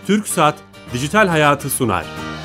TürkSat Dijital Hayatı sunar.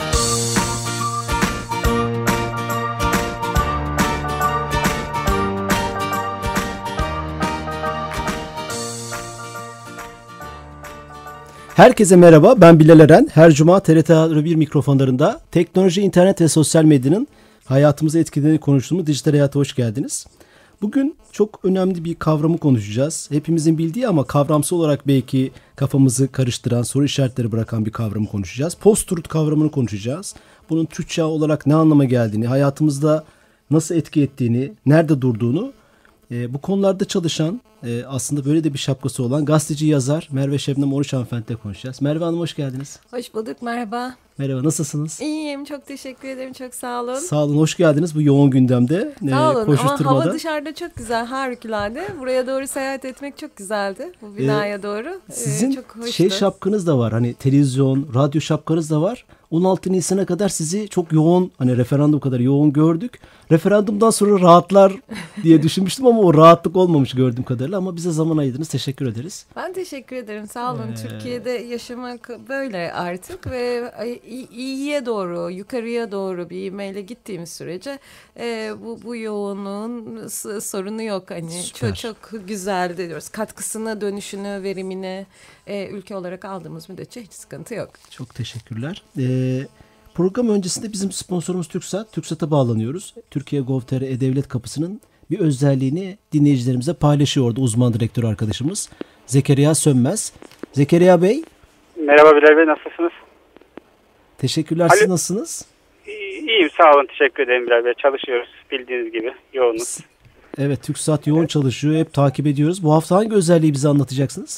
Herkese merhaba, ben Bilal Eren. Her cuma TRT Haber mikrofonlarında teknoloji, internet ve sosyal medyanın hayatımızı etkilediğini konuştuğumuz Dijital Hayat'a hoş geldiniz. Bugün çok önemli bir kavramı konuşacağız. Hepimizin bildiği ama kavramsal olarak belki kafamızı karıştıran, soru işaretleri bırakan bir kavramı konuşacağız. Post-truth kavramını konuşacağız. Bunun Türkçe olarak ne anlama geldiğini, hayatımızda nasıl etki ettiğini, nerede durduğunu, bu konularda çalışan, aslında böyle de bir şapkası olan gazeteci yazar Merve Şebnem Oruç hanımefendiyle konuşacağız. Merve Hanım hoş geldiniz. Hoş bulduk, merhaba. Merhaba, nasılsınız? İyiyim, çok teşekkür ederim, çok sağ olun. Sağ olun, hoş geldiniz bu yoğun gündemde. Sağ olun ama hava dışarıda çok güzel, harikulade. Buraya doğru seyahat etmek çok güzeldi, bu binaya doğru. Sizin çok hoştu. Şapkanız da var, hani televizyon, radyo şapkanız da var. 16 Nisan'a kadar sizi çok yoğun, hani referandum kadar yoğun gördük. Referandumdan sonra rahatlar diye düşünmüştüm ama o rahatlık olmamış gördüğüm kadarıyla, ama bize zaman ayırdınız. Teşekkür ederiz. Ben teşekkür ederim. Sağ olun. Türkiye'de yaşamak böyle artık ve iyiye doğru, yukarıya doğru bir ivmeyle gittiğimiz sürece bu yoğunluğun sorunu yok. Hani çok güzel diyoruz. Katkısını, dönüşünü, verimini ülke olarak aldığımız müddetçe hiç sıkıntı yok. Çok teşekkürler. Program öncesinde bizim sponsorumuz TürkSat. TürkSat'a bağlanıyoruz. Türkiye Gov.tr E-Devlet Kapısı'nın bir özelliğini dinleyicilerimize paylaşıyor orada uzman direktör arkadaşımız Zekeriya Sönmez. Zekeriya Bey. Merhaba Bilal Bey, nasılsınız? Teşekkürler. Siz nasılsınız? İyiyim, sağ olun, teşekkür ederim Bilal Bey. Çalışıyoruz bildiğiniz gibi, yoğunuz. Evet, TürkSat yoğun çalışıyor. Hep takip ediyoruz. Bu hafta hangi özelliği bize anlatacaksınız?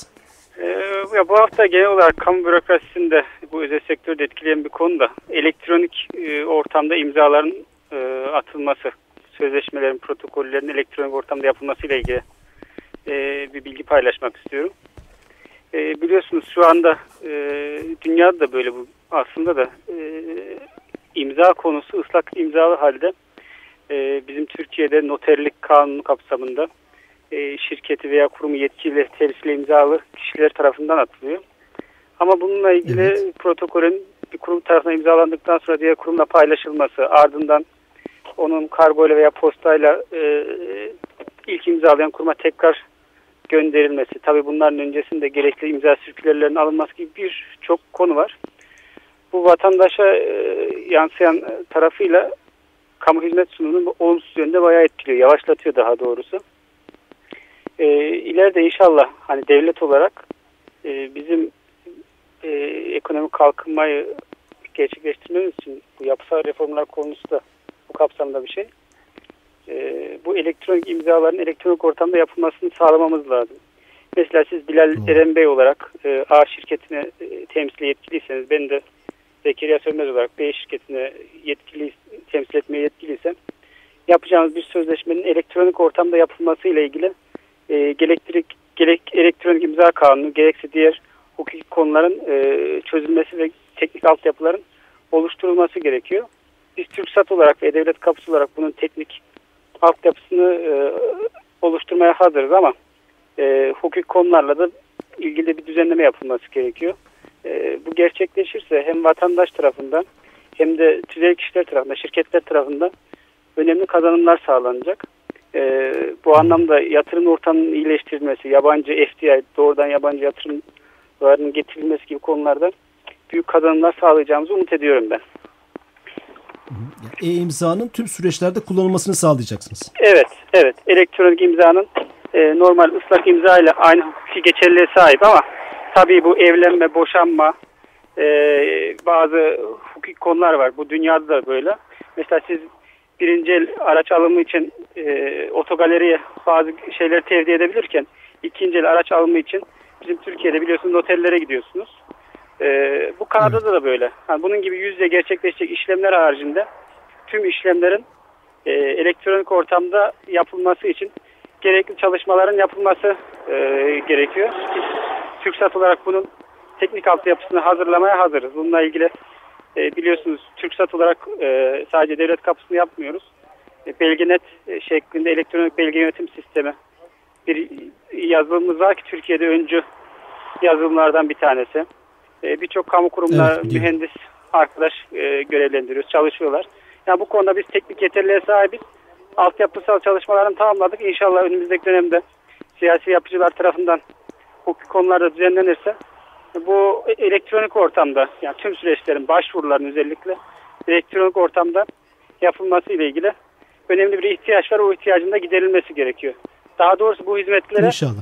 Bu hafta genel olarak kamu bürokrasisinde bu özel sektörde etkileyen bir konu da elektronik ortamda imzaların atılması, sözleşmelerin, protokollerin elektronik ortamda yapılması ile ilgili bir bilgi paylaşmak istiyorum. Biliyorsunuz şu anda dünyada da böyle, bu aslında da imza konusu ıslak imzalı halde bizim Türkiye'de noterlik kanunu kapsamında şirketi veya kurumu yetkili temsil imzalı kişiler tarafından atılıyor. Ama bununla ilgili protokolün bir kurum tarafından imzalandıktan sonra diğer kurumla paylaşılması, ardından onun kargoyla veya postayla ilk imzalayan kuruma tekrar gönderilmesi, tabii bunların öncesinde gerekli imza sirkülerlerinin alınması gibi birçok konu var. Bu vatandaşa yansıyan tarafıyla kamu hizmet sunumunu olumsuz yönde bayağı etkiliyor, yavaşlatıyor daha doğrusu. İleride inşallah hani devlet olarak bizim ekonomik kalkınmayı gerçekleştirmemiz için bu yapısal reformlar konusu da bu kapsamda bir şey. Bu elektronik imzaların elektronik ortamda yapılmasını sağlamamız lazım. Mesela siz Bilal Eren Bey olarak A şirketine temsil yetkiliyseniz, ben de Zekeriya Sönmez olarak B şirketine temsil etmeye yetkiliysem, yapacağımız bir sözleşmenin elektronik ortamda yapılması ile ilgili gerek elektronik imza kanunu, gerekse diğer hukuki konuların çözülmesi ve teknik altyapıların oluşturulması gerekiyor. Biz TürkSat olarak ve E-Devlet Kapısı olarak bunun teknik altyapısını oluşturmaya hazırız ama hukuki konularla da ilgili bir düzenleme yapılması gerekiyor. Bu gerçekleşirse hem vatandaş tarafından hem de tüzel kişiler tarafından, şirketler tarafından önemli kazanımlar sağlanacak. Bu anlamda yatırım ortamının iyileştirilmesi, yabancı FDI, doğrudan yabancı yatırımların getirilmesi gibi konularda büyük kazanımlar sağlayacağımızı umut ediyorum ben. E-imzanın tüm süreçlerde kullanılmasını sağlayacaksınız. Evet. Elektronik imzanın normal ıslak imza ile aynı hukuki geçerliliğe sahip ama tabii bu evlenme, boşanma, bazı hukuki konular var. Bu dünyada da böyle. Mesela siz birinci el araç alımı için otogaleriye bazı şeyleri tevdi edebilirken ikinci el araç alımı için bizim Türkiye'de biliyorsunuz noterlere gidiyorsunuz. Bu Kanada'da da böyle. Yani bunun gibi yüz yüze gerçekleşecek işlemler haricinde tüm işlemlerin elektronik ortamda yapılması için gerekli çalışmaların yapılması gerekiyor. Biz TürkSat olarak bunun teknik altyapısını hazırlamaya hazırız. Bununla ilgili biliyorsunuz TürkSat olarak sadece devlet kapısını yapmıyoruz. Belgenet şeklinde elektronik belge yönetim sistemi bir yazılımımız var ki Türkiye'de öncü yazılımlardan bir tanesi. Birçok kamu kurumuna Evet, biliyorum. mühendis arkadaş görevlendiriyoruz, çalışıyorlar. Yani bu konuda biz teknik yeterliğe sahibiz. Altyapısal çalışmalarını tamamladık. İnşallah önümüzdeki dönemde siyasi yapıcılar tarafından hukuki konularda düzenlenirse bu elektronik ortamda, yani tüm süreçlerin, başvuruların özellikle elektronik ortamda yapılması ile ilgili önemli bir ihtiyaç var. O ihtiyacın da giderilmesi gerekiyor. Daha doğrusu bu hizmetlere İnşallah.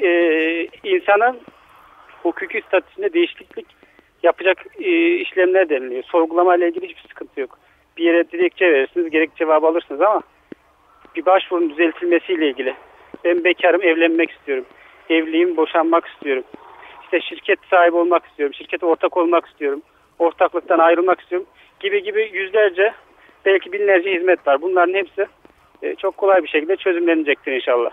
insanın hukuki statüsünde değişiklik yapacak işlemler deniliyor. Sorgulama ile ilgili hiçbir sıkıntı yok. Bir yere dilekçe verirsiniz, gerekli cevabı alırsınız ama bir başvurunun düzeltilmesiyle ilgili. Ben bekarım, evlenmek istiyorum. Evliyim, boşanmak istiyorum. İşte şirket sahibi olmak istiyorum. Şirkete ortak olmak istiyorum. Ortaklıktan ayrılmak istiyorum. Gibi yüzlerce, belki binlerce hizmet var. Bunların hepsi çok kolay bir şekilde çözümlenecektir inşallah.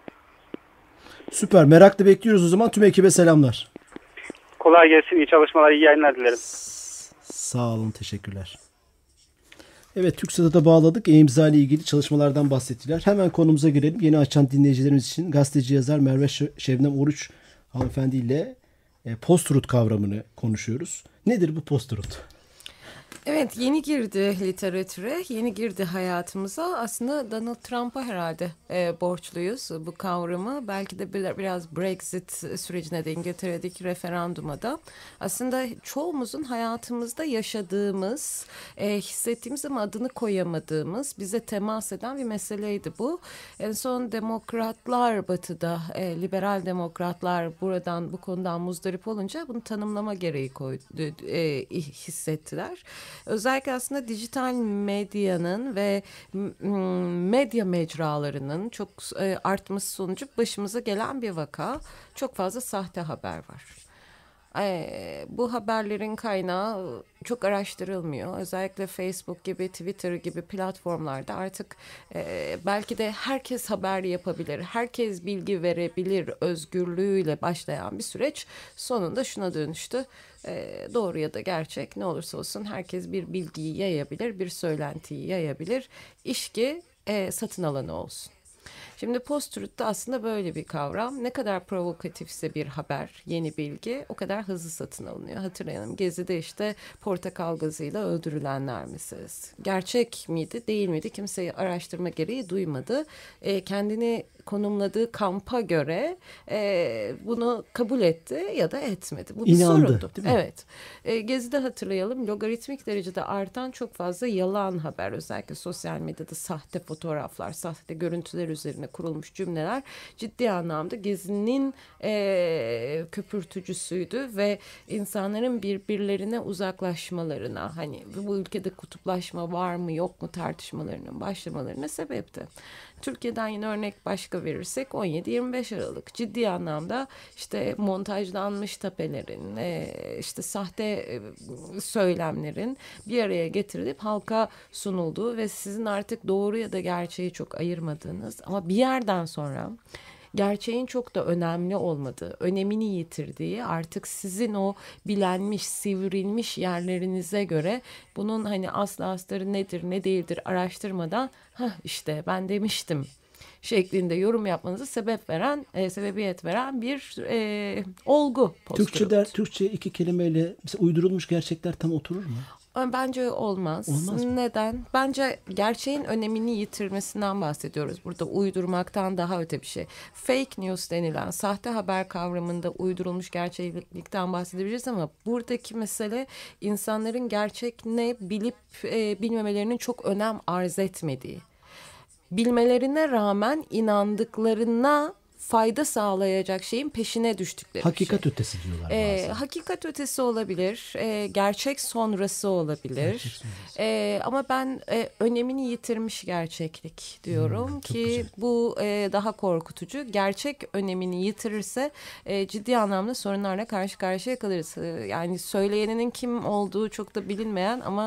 Süper. Merakla bekliyoruz o zaman. Tüm ekibe selamlar. Kolay gelsin, iyi çalışmalar, iyi yayınlar dilerim. Sağ olun, teşekkürler. Evet, TürkSat'a bağladık. E-imza ile ilgili çalışmalardan bahsettiler. Hemen konumuza girelim. Yeni açan dinleyicilerimiz için gazeteci yazar Merve Şevnem Oruç hanımefendi ile post-truth kavramını konuşuyoruz. Nedir bu post-truth? Evet, yeni girdi literatüre, yeni girdi hayatımıza. Aslında Donald Trump'a herhalde borçluyuz bu kavramı. Belki de biraz Brexit sürecine de, İngiltere'deki referanduma da. Aslında çoğumuzun hayatımızda yaşadığımız, hissettiğimiz ama adını koyamadığımız, bize temas eden bir meseleydi bu. En son demokratlar Batı'da, liberal demokratlar bu konudan muzdarip olunca bunu tanımlama gereği hissettiler. Özellikle aslında dijital medyanın ve medya mecralarının çok artması sonucu başımıza gelen bir vaka. Çok fazla sahte haber var. Bu haberlerin kaynağı çok araştırılmıyor. Özellikle Facebook gibi, Twitter gibi platformlarda artık belki de herkes haber yapabilir, herkes bilgi verebilir özgürlüğüyle başlayan bir süreç sonunda şuna dönüştü. Doğru ya da gerçek ne olursa olsun herkes bir bilgiyi yayabilir, bir söylentiyi yayabilir. İş ki satın alanı olsun. Şimdi post-truth da aslında böyle bir kavram. Ne kadar provokatifse bir haber, yeni bilgi o kadar hızlı satın alınıyor. Hatırlayalım, Gezi'de işte portakal gazıyla öldürülenler meselesi. Gerçek miydi, değil miydi? Kimseyi araştırma gereği duymadı. Kendini konumladığı kampa göre bunu kabul etti ya da etmedi. Bu bir İnandı, sorundu. değil mi? Evet. Gezi'de hatırlayalım, logaritmik derecede artan çok fazla yalan haber, özellikle sosyal medyada sahte fotoğraflar, sahte görüntüler üzerine kurulmuş cümleler ciddi anlamda Gezi'nin köpürtücüsüydü ve insanların birbirlerine uzaklaşmalarına, hani bu ülkede kutuplaşma var mı yok mu tartışmalarının başlamalarına sebepti. Türkiye'den yine örnek başka verirsek 17-25 Aralık ciddi anlamda işte montajlanmış tapelerin, işte sahte söylemlerin bir araya getirilip halka sunulduğu ve sizin artık doğru ya da gerçeği çok ayırmadığınız ama bir yerden sonra gerçeğin çok da önemli olmadığı, önemini yitirdiği, artık sizin o bilenmiş, sivrilmiş yerlerinize göre bunun hani aslı astarı nedir, ne değildir araştırmadan işte ben demiştim şeklinde yorum yapmanızı sebebiyet veren bir olgu. Türkçe iki kelimeyle mesela uydurulmuş gerçekler tam oturur mu? Bence olmaz. Olmaz mı? Neden? Bence gerçeğin önemini yitirmesinden bahsediyoruz. Burada uydurmaktan daha öte bir şey. Fake news denilen sahte haber kavramında uydurulmuş gerçeklikten bahsedebiliriz ama buradaki mesele insanların gerçek ne bilip bilmemelerinin çok önem arz etmediği. Bilmelerine rağmen inandıklarına fayda sağlayacak şeyin peşine düştükleri Hakikat şey. ötesi diyorlar bazen. Hakikat ötesi olabilir, gerçek sonrası olabilir. Ama ben önemini yitirmiş gerçeklik diyorum ki güzel. bu daha korkutucu. Gerçek önemini yitirirse ciddi anlamda sorunlarla karşı karşıya kalırız. Yani söyleyeninin kim olduğu çok da bilinmeyen ama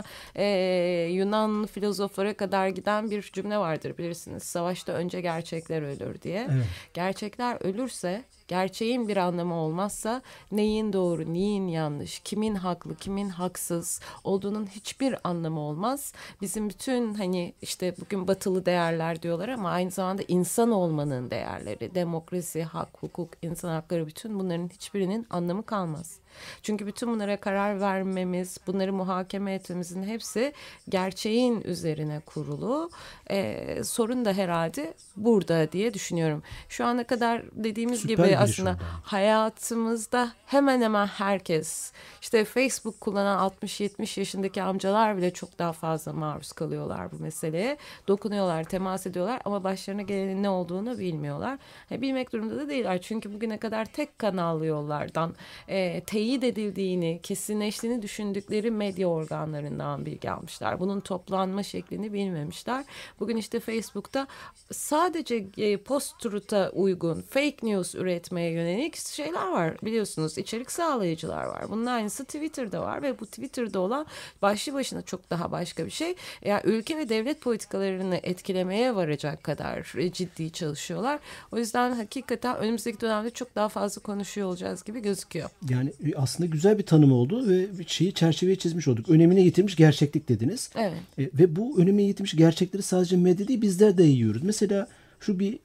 Yunan filozoflara kadar giden bir cümle vardır bilirsiniz. Savaşta önce gerçekler ölür diye. Evet. Gerçekler ölürse, gerçeğin bir anlamı olmazsa neyin doğru, neyin yanlış, kimin haklı, kimin haksız olduğunun hiçbir anlamı olmaz. Bizim bütün hani işte bugün batılı değerler diyorlar ama aynı zamanda insan olmanın değerleri, demokrasi, hak, hukuk, insan hakları bütün bunların hiçbirinin anlamı kalmaz. Çünkü bütün bunlara karar vermemiz, bunları muhakeme etmemizin hepsi gerçeğin üzerine kurulu. Sorun da herhalde burada diye düşünüyorum. Şu ana kadar dediğimiz Süper gibi giriş aslında oldu. hayatımızda hemen hemen herkes, işte Facebook kullanan 60-70 yaşındaki amcalar bile çok daha fazla maruz kalıyorlar bu meseleye. Dokunuyorlar, temas ediyorlar ama başlarına gelenin ne olduğunu bilmiyorlar. Bilmek durumunda da değiller. Çünkü bugüne kadar tek kanallı yollardan teyit edildiğini, kesinleştiğini düşündükleri medya organlarından bilgi almışlar. Bunun toplanma şeklini bilmemişler. Bugün işte Facebook'ta sadece post-truth'a uygun fake news üretmeye yönelik şeyler var. Biliyorsunuz, içerik sağlayıcılar var. Bunun aynısı Twitter'da var ve bu Twitter'da olan başlı başına çok daha başka bir şey. Yani ülke ve devlet politikalarını etkilemeye varacak kadar ciddi çalışıyorlar. O yüzden hakikaten önümüzdeki dönemde çok daha fazla konuşuyor olacağız gibi gözüküyor. Yani aslında güzel bir tanım oldu ve bir şeyi çerçeveye çizmiş olduk. Önemine yitirmiş gerçeklik dediniz. Evet. Ve bu önemine yitirmiş gerçekleri sadece medya değil, bizler de yiyoruz. Mesela şu bir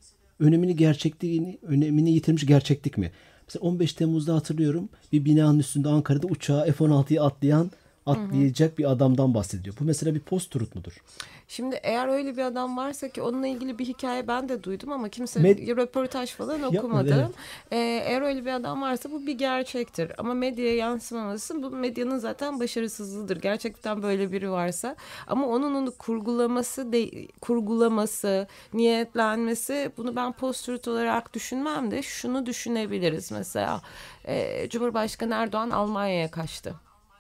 önemini yitirmiş gerçeklik mi? Mesela 15 Temmuz'da hatırlıyorum, bir binanın üstünde Ankara'da uçağı F-16'yı atlayacak bir adamdan bahsediyor. Bu mesela bir post-truth mudur? Şimdi eğer öyle bir adam varsa, ki onunla ilgili bir hikaye ben de duydum ama kimse röportaj falan okumadı. Evet. Eğer öyle bir adam varsa bu bir gerçektir. Ama medyaya yansımaması bu medyanın zaten başarısızlığıdır. Gerçekten böyle biri varsa. Ama onun onu kurgulaması, niyetlenmesi, bunu ben post-truth olarak düşünmem de şunu düşünebiliriz. Mesela Cumhurbaşkanı Erdoğan Almanya'ya kaçtı.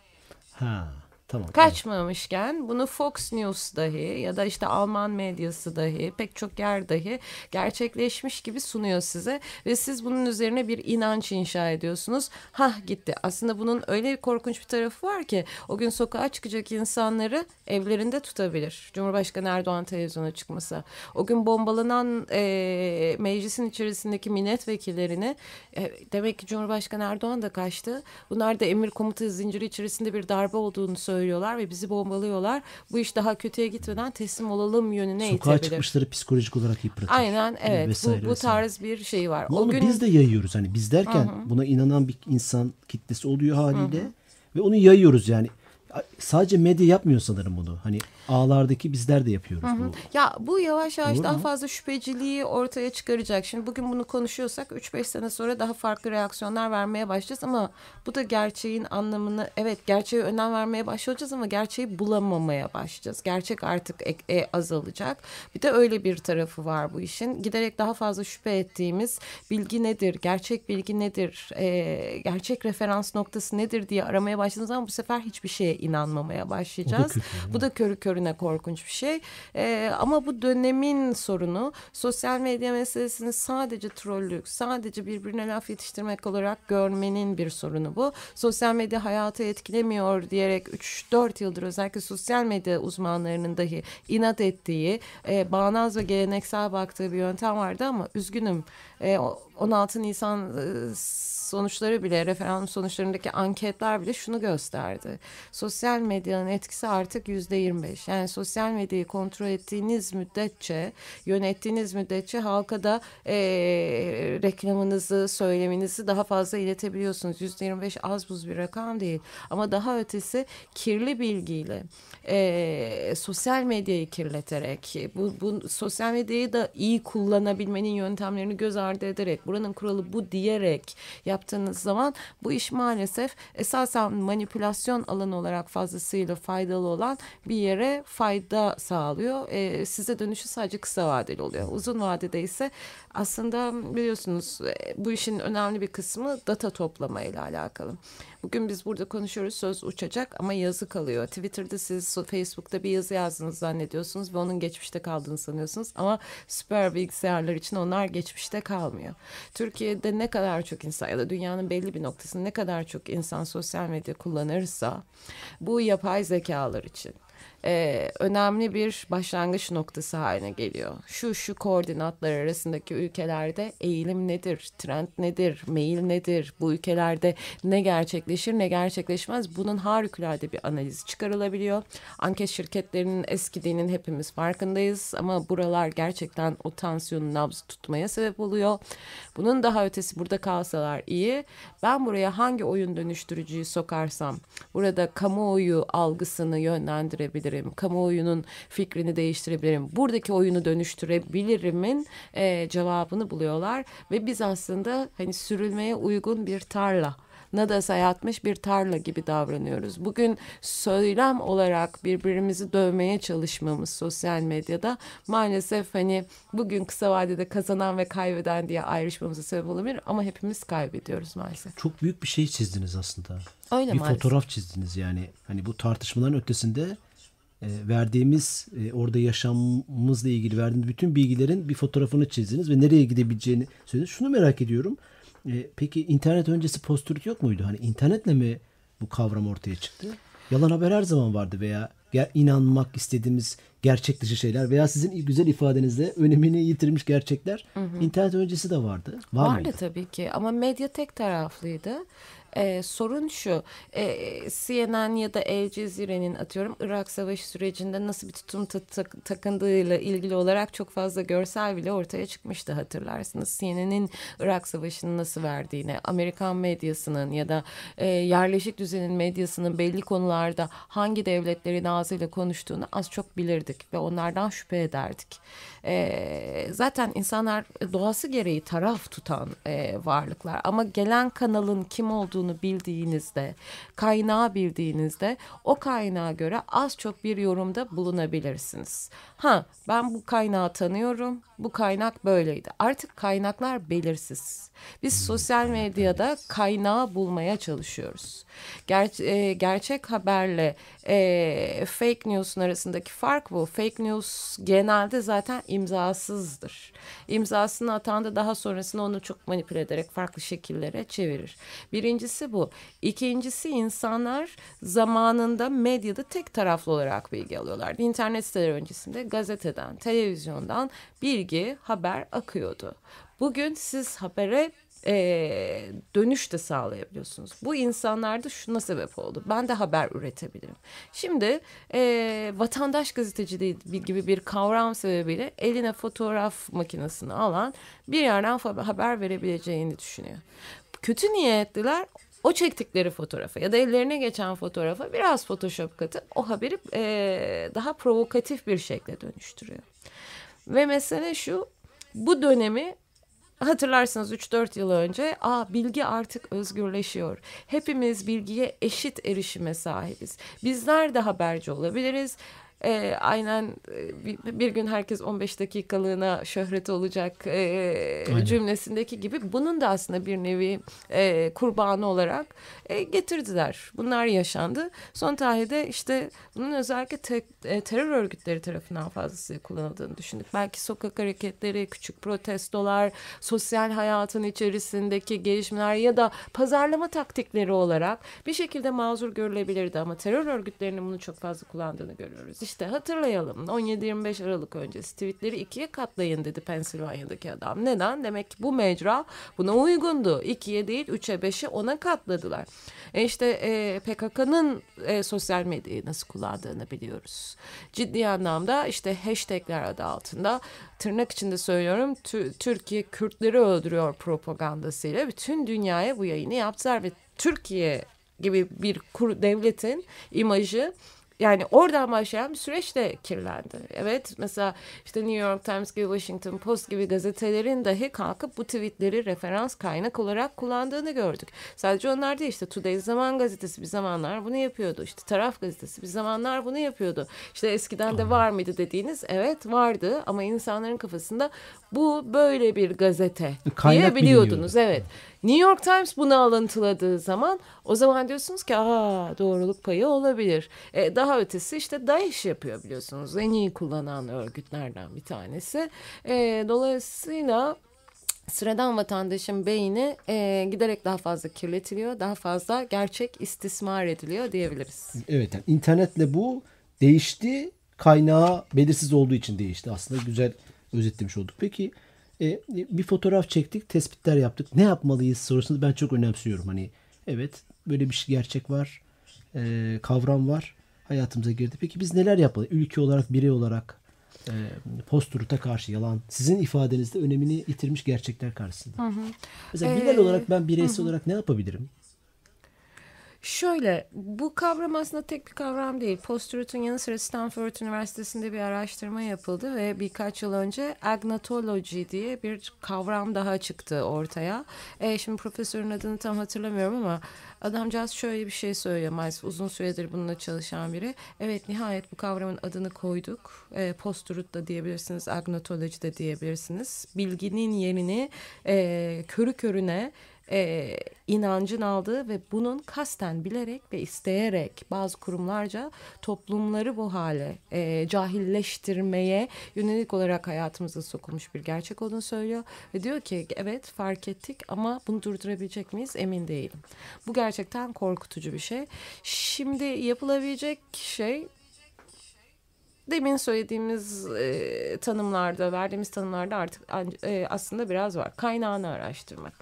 Tamam. Kaçmamışken bunu Fox News dahi ya da işte Alman medyası dahi, pek çok yer dahi gerçekleşmiş gibi sunuyor size ve siz bunun üzerine bir inanç inşa ediyorsunuz. Gitti. Aslında bunun öyle korkunç bir tarafı var ki o gün sokağa çıkacak insanları evlerinde tutabilir. Cumhurbaşkanı Erdoğan televizyona çıkmasa. O gün bombalanan meclisin içerisindeki milletvekillerini demek ki Cumhurbaşkanı Erdoğan da kaçtı. Bunlar da emir komuta zinciri içerisinde bir darbe olduğunu söylüyorlar ve bizi bombalıyorlar. Bu iş daha kötüye gitmeden teslim olalım yönüne itebilir. Sokağa çıkmışları psikolojik olarak yıpratır. Aynen, evet. Vesaire, bu tarz bir şey var. Ama onu biz de yayıyoruz. Hani biz derken buna inanan bir insan kitlesi oluyor haliyle ve onu yayıyoruz yani. Sadece medya yapmıyor sanırım bunu. Hani ağlardaki bizler de yapıyoruz bu. Ya bu yavaş yavaş Doğru daha mu? fazla şüpheciliği ortaya çıkaracak. Şimdi bugün bunu konuşuyorsak 3-5 sene sonra daha farklı reaksiyonlar vermeye başlayacağız ama bu da gerçeğin anlamını, evet, gerçeğe önem vermeye başlayacağız ama gerçeği bulamamaya başlayacağız. Gerçek artık azalacak. Bir de öyle bir tarafı var bu işin. Giderek daha fazla şüphe ettiğimiz bilgi nedir, gerçek bilgi nedir, gerçek referans noktası nedir diye aramaya başladığımız zaman bu sefer hiçbir şeye inanmamaya başlayacağız. Bu da körü körüne korkunç bir şey. Ama bu dönemin sorunu sosyal medya meselesini sadece trollük, sadece birbirine laf yetiştirmek olarak görmenin bir sorunu bu. Sosyal medya hayatı etkilemiyor diyerek 3-4 yıldır özellikle sosyal medya uzmanlarının dahi inat ettiği, bağnaz ve geleneksel baktığı bir yöntem vardı ama üzgünüm, 16 Nisan sonuçları bile, referandum sonuçlarındaki anketler bile şunu gösterdi. Sosyal medyanın etkisi artık %25. Yani sosyal medyayı kontrol ettiğiniz müddetçe, yönettiğiniz müddetçe halka da reklamınızı, söyleminizi daha fazla iletebiliyorsunuz. %25 az buz bir rakam değil. Ama daha ötesi kirli bilgiyle, sosyal medyayı kirleterek, bu sosyal medyayı da iyi kullanabilmenin yöntemlerini göz ardı ederek, buranın kuralı bu diyerek yaptığınız zaman bu iş maalesef esasen manipülasyon alanı olarak fazlasıyla faydalı olan bir yere fayda sağlıyor. Size dönüşü sadece kısa vadeli oluyor. Uzun vadede ise aslında biliyorsunuz bu işin önemli bir kısmı data toplamayla alakalı. Bugün biz burada konuşuyoruz, söz uçacak ama yazı kalıyor. Twitter'da siz Facebook'ta bir yazı yazdığınızı zannediyorsunuz ve onun geçmişte kaldığını sanıyorsunuz. Ama süper bilgisayarlar için onlar geçmişte kalmıyor. Türkiye'de ne kadar çok insan ya da dünyanın belli bir noktasında ne kadar çok insan sosyal medya kullanırsa bu yapay zekalar için, önemli bir başlangıç noktası haline geliyor. Şu koordinatlar arasındaki ülkelerde eğilim nedir, trend nedir, meyil nedir, bu ülkelerde ne gerçekleşir ne gerçekleşmez, bunun harikulade bir analizi çıkarılabiliyor. Anket şirketlerinin eskidiğinin hepimiz farkındayız ama buralar gerçekten o tansiyonu nabzı tutmaya sebep oluyor. Bunun daha ötesi, burada kalsalar iyi. Ben buraya hangi oyun dönüştürücüyü sokarsam burada kamuoyu algısını yönlendirebilirim. Kamuoyunun fikrini değiştirebilirim. Buradaki oyunu dönüştürebilirimin cevabını buluyorlar ve biz aslında hani sürülmeye uygun bir tarla, nadasa yatmış bir tarla gibi davranıyoruz. Bugün söylem olarak birbirimizi dövmeye çalışmamız sosyal medyada maalesef hani bugün kısa vadede kazanan ve kaybeden diye ayrışmamıza sebep olabilir ama hepimiz kaybediyoruz maalesef. Çok büyük bir şey çizdiniz aslında. Öyle bir maalesef. fotoğraf çizdiniz yani. Hani bu tartışmaların ötesinde verdiğimiz orada yaşamımızla ilgili verdiğimiz bütün bilgilerin bir fotoğrafını çizdiniz ve nereye gidebileceğini söylediniz. Şunu merak ediyorum. Peki internet öncesi post-truth yok muydu? Hani internetle mi bu kavram ortaya çıktı? Yalan haber her zaman vardı veya inanmak istediğimiz gerçek dışı şeyler veya sizin güzel ifadenizle önemini yitirmiş gerçekler internet öncesi de vardı. Vardı tabii ki ama medya tek taraflıydı. Sorun şu, CNN ya da El Cezire'nin atıyorum Irak Savaşı sürecinde nasıl bir tutum takındığıyla ilgili olarak çok fazla görsel bile ortaya çıkmıştı, hatırlarsınız. CNN'in Irak Savaşı'nı nasıl verdiğini, Amerikan medyasının ya da yerleşik düzenin medyasının belli konularda hangi devletlerin ağzıyla konuştuğunu az çok bilirdik ve onlardan şüphe ederdik. Zaten insanlar doğası gereği taraf tutan varlıklar ama gelen kanalın kim olduğunu bildiğinizde, kaynağı bildiğinizde o kaynağa göre az çok bir yorumda bulunabilirsiniz. Ben bu kaynağı tanıyorum, bu kaynak böyleydi. Artık kaynaklar belirsiz. Biz sosyal medyada kaynağı bulmaya çalışıyoruz. Gerçek haberle fake news'un arasındaki fark bu. Fake news genelde zaten imzasızdır. İmzasını atan da daha sonrasında onu çok manipüle ederek farklı şekillere çevirir. Birincisi bu. İkincisi, insanlar zamanında medyada tek taraflı olarak bilgi alıyorlardı. İnternet siteleri öncesinde gazeteden, televizyondan bilgi, haber akıyordu. Bugün siz habere dönüş de sağlayabiliyorsunuz. Bu insanlarda şuna sebep oldu. Ben de haber üretebilirim. Şimdi vatandaş gazeteciliği gibi bir kavram sebebiyle eline fotoğraf makinesini alan bir yerden haber verebileceğini düşünüyor. Kötü niyetliler o çektikleri fotoğrafa ya da ellerine geçen fotoğrafa biraz Photoshop katıp o haberi daha provokatif bir şekle dönüştürüyor. Ve mesele şu, bu dönemi hatırlarsanız 3-4 yıl önce bilgi artık özgürleşiyor. Hepimiz bilgiye eşit erişime sahibiz. Bizler de haberci olabiliriz. Aynen bir gün herkes 15 dakikalığına şöhret olacak cümlesindeki gibi bunun da aslında bir nevi kurbanı olarak getirdiler. Bunlar yaşandı. Son tarihte işte bunun özellikle terör örgütleri tarafından fazlasıyla kullanıldığını düşündük. Belki sokak hareketleri, küçük protestolar, sosyal hayatın içerisindeki gelişmeler ya da pazarlama taktikleri olarak bir şekilde mazur görülebilirdi ama terör örgütlerinin bunu çok fazla kullandığını görüyoruz. İşte hatırlayalım, 17-25 Aralık öncesi tweetleri 2'ye katlayın dedi Pensilvanya'daki adam. Neden? Demek ki bu mecra buna uygundu. 2'ye değil 3'e 5'e 10'a katladılar. PKK'nın sosyal medyayı nasıl kullandığını biliyoruz. Ciddi anlamda işte hashtagler adı altında, tırnak içinde söylüyorum, Türkiye Kürtleri öldürüyor propagandasıyla bütün dünyaya bu yayını yaptılar ve Türkiye gibi bir devletin imajı, yani oradan başlayan bir süreç de kirlendi. Evet, mesela işte New York Times gibi, Washington Post gibi gazetelerin dahi kalkıp bu tweetleri referans kaynak olarak kullandığını gördük. Sadece onlar değil, işte Today Zaman gazetesi bir zamanlar bunu yapıyordu. İşte Taraf gazetesi bir zamanlar bunu yapıyordu. İşte eskiden de var mıydı dediğiniz, evet vardı ama insanların kafasında bu böyle bir gazete diye biliyordunuz. Evet. New York Times bunu alıntıladığı zaman o zaman diyorsunuz ki doğruluk payı olabilir. Daha ötesi işte DAEŞ yapıyor biliyorsunuz. En iyi kullanan örgütlerden bir tanesi. Dolayısıyla sıradan vatandaşın beyni giderek daha fazla kirletiliyor. Daha fazla gerçek istismar ediliyor diyebiliriz. Evet, yani internetle bu değişti. Kaynağı belirsiz olduğu için değişti. Aslında güzel özetlemiş olduk. Peki bir fotoğraf çektik, tespitler yaptık. Ne yapmalıyız sorusunu ben çok önemsiyorum. Hani evet böyle bir şey, gerçek var, kavram var, hayatımıza girdi. Peki biz neler yapmalıyız? Ülke olarak, birey olarak post-truth'a karşı yalan, sizin ifadenizde önemini yitirmiş gerçekler karşısında. Mesela Bilal olarak ben bireysel olarak ne yapabilirim? Şöyle, bu kavram aslında tek bir kavram değil. Post-truth'un yanı sıra Stanford Üniversitesi'nde bir araştırma yapıldı ve birkaç yıl önce agnotology diye bir kavram daha çıktı ortaya. Şimdi profesörün adını tam hatırlamıyorum ama adamcağız şöyle bir şey söylüyor. Maalesef uzun süredir bununla çalışan biri. Evet, nihayet bu kavramın adını koyduk. Post-truth da diyebilirsiniz, agnotology de diyebilirsiniz. Bilginin yerini körü körüne inancın aldığı ve bunun kasten bilerek ve isteyerek bazı kurumlarca toplumları bu hale cahilleştirmeye yönelik olarak hayatımıza sokulmuş bir gerçek olduğunu söylüyor. Ve diyor ki evet fark ettik ama bunu durdurabilecek miyiz emin değilim. Bu gerçekten korkutucu bir şey. Şimdi yapılabilecek şey demin söylediğimiz tanımlarda, verdiğimiz tanımlarda artık aslında biraz var. Kaynağını araştırmak.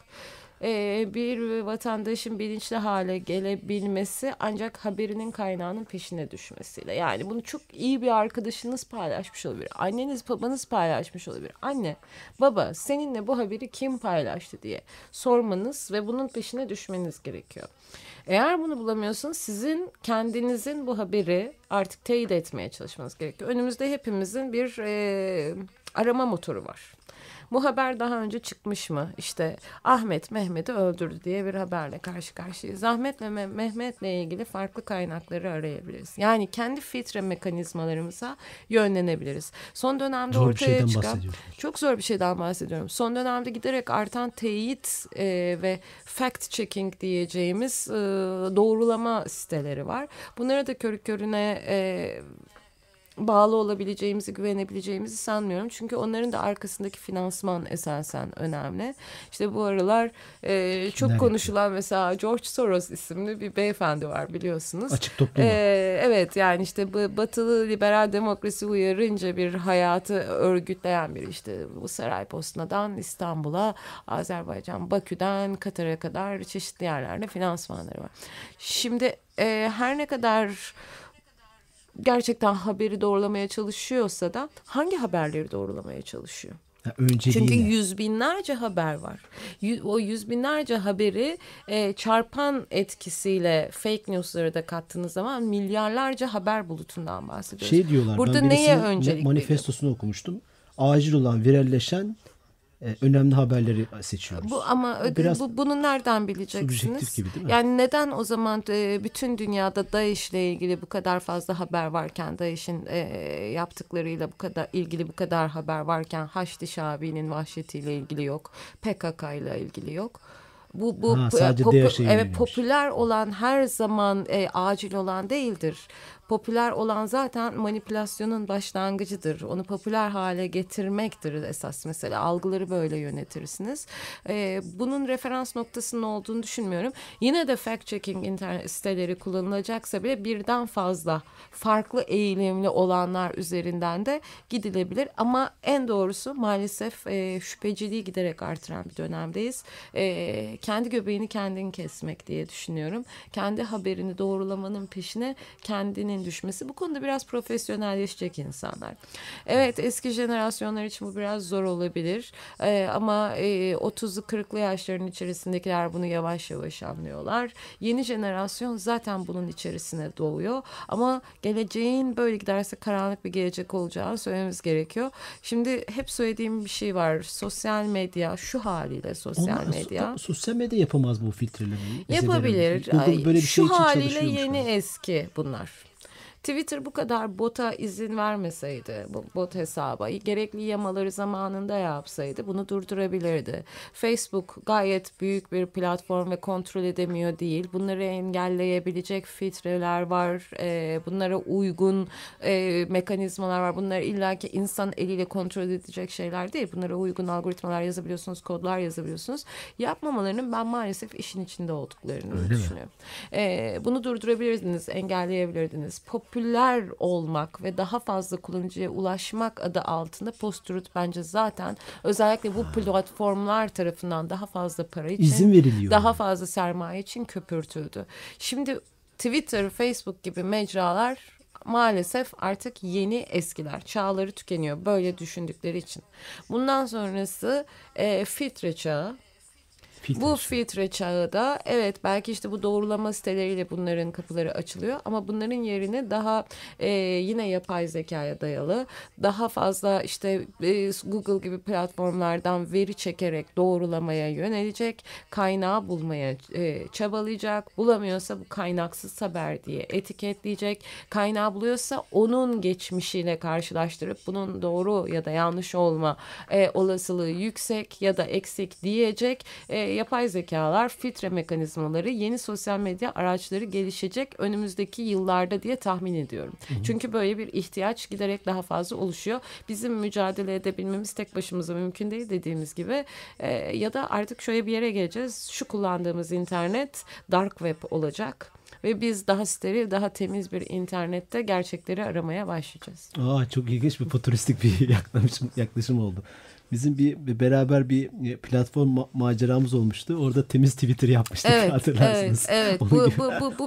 Bir vatandaşın bilinçli hale gelebilmesi ancak haberinin kaynağının peşine düşmesiyle. Yani bunu çok iyi bir arkadaşınız paylaşmış olabilir. Anneniz, babanız paylaşmış olabilir. Anne, baba seninle bu haberi kim paylaştı diye sormanız ve bunun peşine düşmeniz gerekiyor. Eğer bunu bulamıyorsanız sizin kendinizin bu haberi artık teyit etmeye çalışmanız gerekiyor. Önümüzde hepimizin bir arama motoru var. Bu haber daha önce çıkmış mı? İşte Ahmet Mehmet'i öldürdü diye bir haberle karşı karşıyayız. Ahmet ve Mehmet'le ilgili farklı kaynakları arayabiliriz. Yani kendi filtre mekanizmalarımıza yönlenebiliriz. Son dönemde zor ortaya çıkan çok zor bir şeyden bahsediyorum. Son dönemde giderek artan teyit ve fact checking diyeceğimiz doğrulama siteleri var. Bunlara da körü körüne bağlı olabileceğimizi, güvenebileceğimizi sanmıyorum. Çünkü onların da arkasındaki finansman esasen önemli. İşte bu aralar çok konuşulan mesela George Soros isimli bir beyefendi var biliyorsunuz. Açık toplum. Evet yani işte bu batılı liberal demokrasi uyarınca bir hayatı örgütleyen bir işte bu Sarayposna'dan İstanbul'a, Azerbaycan, Bakü'den Katar'a kadar çeşitli yerlerde finansmanları var. Şimdi her ne kadar gerçekten haberi doğrulamaya çalışıyorsa da hangi haberleri doğrulamaya çalışıyor? Çünkü yüz binlerce haber var. O yüz binlerce haberi çarpan etkisiyle fake news'ları da kattığınız zaman milyarlarca haber bulutundan bahsediyoruz. Şey diyorlar. Burada ben neye öncelik manifestosunu okumuştum. Acil olan, viralleşen önemli haberleri seçiyoruz. Ama bunu nereden bileceksiniz? Gibi, değil mi? Yani neden o zaman bütün dünyada DAEŞ'le ilgili bu kadar fazla haber varken, DAEŞ'in yaptıklarıyla ilgili bu kadar haber varken Haçlı Şabi'nin vahşetiyle ilgili yok, PKK'yla ilgili yok. Popüler olan her zaman acil olan değildir. Popüler olan zaten manipülasyonun başlangıcıdır. Onu popüler hale getirmektir esas mesela. Algıları böyle yönetirsiniz. Bunun referans noktasının olduğunu düşünmüyorum. Yine de fact-checking internet siteleri kullanılacaksa bile birden fazla farklı eğilimli olanlar üzerinden de gidilebilir. Ama en doğrusu maalesef şüpheciliği giderek artıran bir dönemdeyiz. Kendi göbeğini kendin kesmek diye düşünüyorum. Kendi haberini doğrulamanın peşine kendinin düşmesi. Bu konuda biraz profesyonelleşecek insanlar. Evet eski jenerasyonlar için bu biraz zor olabilir. Ama 30'lu 40'lı yaşların içerisindekiler bunu yavaş yavaş anlıyorlar. Yeni jenerasyon zaten bunun içerisine doğuyor. Ama geleceğin böyle giderse karanlık bir gelecek olacağını söylememiz gerekiyor. Şimdi hep söylediğim bir şey var. Sosyal medya şu haliyle medya. Sosyal medya yapamaz bu filtrelemeyi. Yapabilir. Google böyle bir şey için haliyle yeni eski bunlar. Twitter bu kadar bota izin vermeseydi, bu bot hesaba gerekli yamaları zamanında yapsaydı bunu durdurabilirdi. Facebook gayet büyük bir platform ve kontrol edemiyor değil. Bunları engelleyebilecek filtreler var. Bunlara uygun mekanizmalar var. Bunlar illaki insan eliyle kontrol edecek şeyler değil. Bunlara uygun algoritmalar yazabiliyorsunuz, kodlar yazabiliyorsunuz. Yapmamalarının ben maalesef işin içinde olduklarını düşünüyorum. Bunu durdurabilirdiniz, engelleyebilirdiniz. popüler olmak ve daha fazla kullanıcıya ulaşmak adı altında post-truth bence zaten özellikle bu platformlar tarafından daha fazla para için, İzin veriliyor. daha fazla sermaye için köpürtüldü. Şimdi Twitter, Facebook gibi mecralar maalesef artık yeni eskiler. Çağları tükeniyor böyle düşündükleri için. Bundan sonrası filtre çağı. Bu filtre çağı da evet belki işte bu doğrulama siteleriyle bunların kapıları açılıyor ama bunların yerine daha yine yapay zekaya dayalı daha fazla işte Google gibi platformlardan veri çekerek doğrulamaya yönelecek, kaynağı bulmaya çabalayacak, bulamıyorsa bu kaynaksız haber diye etiketleyecek, kaynağı buluyorsa onun geçmişiyle karşılaştırıp bunun doğru ya da yanlış olma olasılığı yüksek ya da eksik diyecek. Yapay zekalar, filtre mekanizmaları, yeni sosyal medya araçları gelişecek önümüzdeki yıllarda diye tahmin ediyorum. Çünkü böyle bir ihtiyaç giderek daha fazla oluşuyor. Bizim mücadele edebilmemiz tek başımıza mümkün değil dediğimiz gibi. Ya da artık şöyle bir yere geleceğiz. Şu kullandığımız internet dark web olacak. Ve biz daha steril, daha temiz bir internette gerçekleri aramaya başlayacağız. Çok ilginç bir futuristik bir yaklaşım oldu. Bizim beraber bir platform maceramız olmuştu. Orada temiz Twitter yapmıştık, hatırlarsınız. Evet. Bu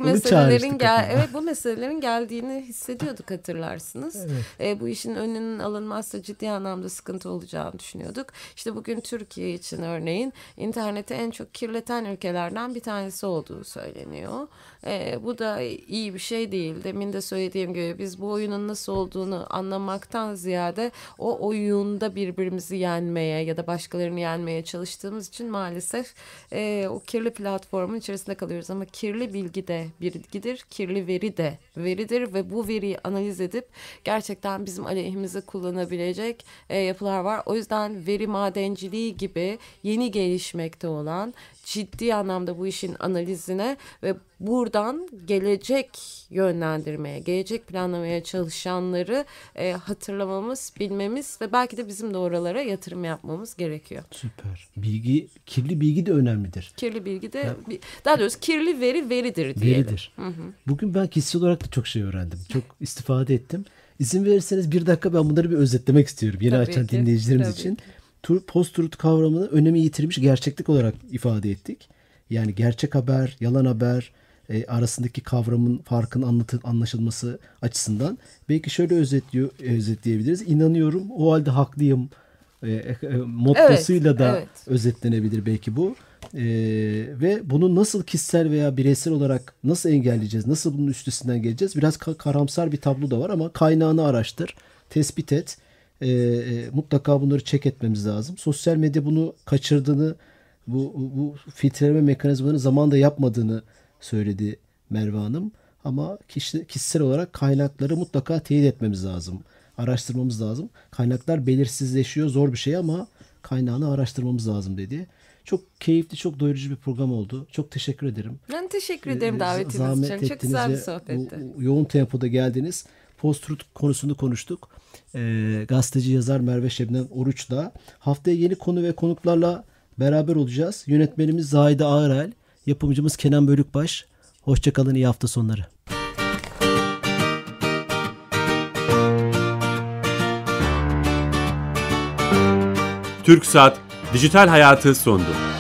meselelerin geldiğini hissediyorduk, hatırlarsınız. Evet. Bu işin önünün alınmazsa ciddi anlamda sıkıntı olacağını düşünüyorduk. İşte bugün Türkiye için örneğin interneti en çok kirleten ülkelerden bir tanesi olduğu söyleniyor. Bu da iyi bir şey değil. Demin de söylediğim gibi biz bu oyunun nasıl olduğunu anlamaktan ziyade o oyunda birbirimizi yenmeye ya da başkalarını yenmeye çalıştığımız için maalesef o kirli platformun içerisinde kalıyoruz. Ama kirli bilgi de bilgidir, kirli veri de veridir ve bu veriyi analiz edip gerçekten bizim aleyhimize kullanabilecek yapılar var. O yüzden veri madenciliği gibi yeni gelişmekte olan ciddi anlamda bu işin analizine ve buradan gelecek yönlendirmeye, gelecek planlamaya çalışanları hatırlamamız, bilmemiz ve belki de bizim de oralara yatırım yapmamız gerekiyor. Süper. Kirli bilgi de önemlidir. Kirli bilgi de, daha doğrusu kirli veri veridir diyelim. Veridir. Bugün ben kişisel olarak da çok şey öğrendim. Çok istifade ettim. İzin verirseniz bir dakika ben bunları bir özetlemek istiyorum. Yeni açan dinleyicilerimiz için. Post-truth kavramını önemi yitirmiş gerçeklik olarak ifade ettik. Yani gerçek haber, yalan haber arasındaki kavramın farkın anlaşılması açısından. Belki şöyle özetleyebiliriz. İnanıyorum, o halde haklıyım mottosuyla da özetlenebilir belki bu. Ve bunu nasıl kişisel veya bireysel olarak nasıl engelleyeceğiz, nasıl bunun üstesinden geleceğiz? Biraz karamsar bir tablo da var ama kaynağını araştır, tespit et. Mutlaka bunları check etmemiz lazım. Sosyal medya bunu kaçırdığını, bu filtreleme mekanizmalarını zamanında yapmadığını söyledi Merve Hanım. Ama kişisel olarak kaynakları mutlaka teyit etmemiz lazım. Araştırmamız lazım. Kaynaklar belirsizleşiyor, zor bir şey ama kaynağını araştırmamız lazım dedi. Çok keyifli, çok doyurucu bir program oldu. Çok teşekkür ederim. Ben teşekkür ederim davetiniz için. Çok güzel bir sohbetti. Yoğun tempoda geldiniz. Post-truth konusunu konuştuk. Gazeteci yazar Merve Şebnem Oruç'la. Haftaya yeni konu ve konuklarla beraber olacağız. Yönetmenimiz Zahide Ağırel, yapımcımız Kenan Bölükbaş. Hoşçakalın, iyi hafta sonları. TürkSat Dijital Hayatı sondu.